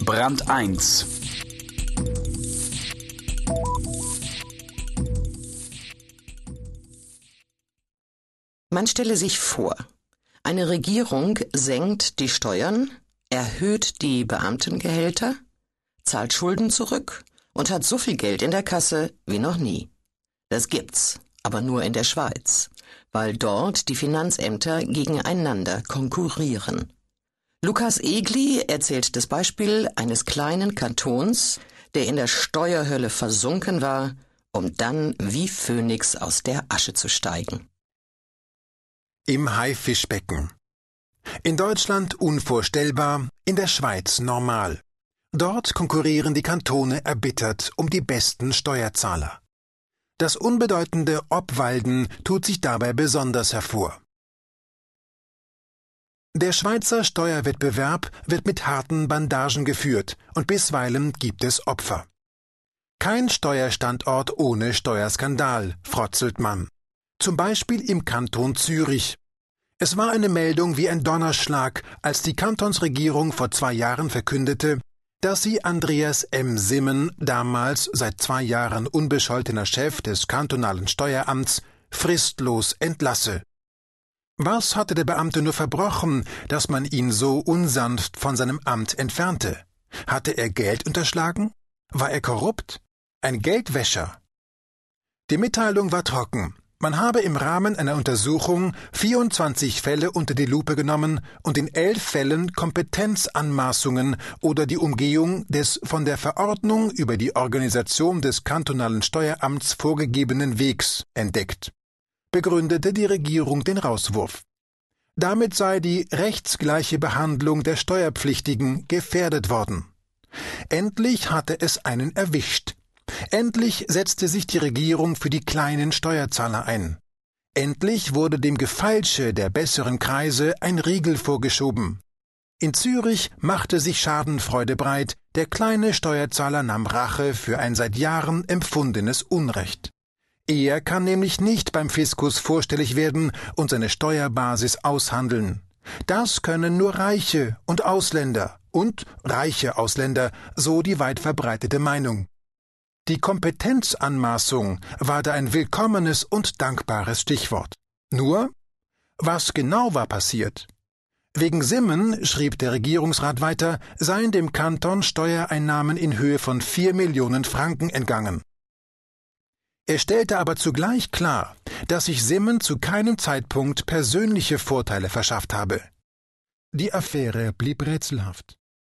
Brand 1. Man stelle sich vor, eine Regierung senkt die Steuern, erhöht die Beamtengehälter, zahlt Schulden zurück und hat so viel Geld in der Kasse wie noch nie. Das gibt's, aber nur in der Schweiz, weil dort die Finanzämter gegeneinander konkurrieren. Lukas Egli erzählt das Beispiel eines kleinen Kantons, der in der Steuerhölle versunken war, um dann wie Phönix aus der Asche zu steigen. Im Haifischbecken. In Deutschland unvorstellbar, in der Schweiz normal. Dort konkurrieren die Kantone erbittert um die besten Steuerzahler. Das unbedeutende Obwalden tut sich dabei besonders hervor. Der Schweizer Steuerwettbewerb wird mit harten Bandagen geführt und bisweilen gibt es Opfer. Kein Steuerstandort ohne Steuerskandal, frotzelt man. Zum Beispiel im Kanton Zürich. Es war eine Meldung wie ein Donnerschlag, als die Kantonsregierung vor 2 Jahren verkündete, dass sie Andreas M. Simmen, damals seit 2 Jahren unbescholtener Chef des kantonalen Steueramts, fristlos entlasse. Was hatte der Beamte nur verbrochen, dass man ihn so unsanft von seinem Amt entfernte? Hatte er Geld unterschlagen? War er korrupt? Ein Geldwäscher? Die Mitteilung war trocken. Man habe im Rahmen einer Untersuchung 24 Fälle unter die Lupe genommen und in 11 Fällen Kompetenzanmaßungen oder die Umgehung des von der Verordnung über die Organisation des kantonalen Steueramts vorgegebenen Wegs entdeckt, begründete die Regierung den Rauswurf. Damit sei die rechtsgleiche Behandlung der Steuerpflichtigen gefährdet worden. Endlich hatte es einen erwischt. Endlich setzte sich die Regierung für die kleinen Steuerzahler ein. Endlich wurde dem Gefeilsche der besseren Kreise ein Riegel vorgeschoben. In Zürich machte sich Schadenfreude breit, der kleine Steuerzahler nahm Rache für ein seit Jahren empfundenes Unrecht. Er kann nämlich nicht beim Fiskus vorstellig werden und seine Steuerbasis aushandeln. Das können nur Reiche und Ausländer und reiche Ausländer, so die weit verbreitete Meinung. Die Kompetenzanmaßung war da ein willkommenes und dankbares Stichwort. Nur, was genau war passiert? Wegen Simmen, schrieb der Regierungsrat weiter, seien dem Kanton Steuereinnahmen in Höhe von 4 Millionen Franken entgangen. Er stellte aber zugleich klar, dass sich Simmen zu keinem Zeitpunkt persönliche Vorteile verschafft habe. Die Affäre blieb rätselhaft.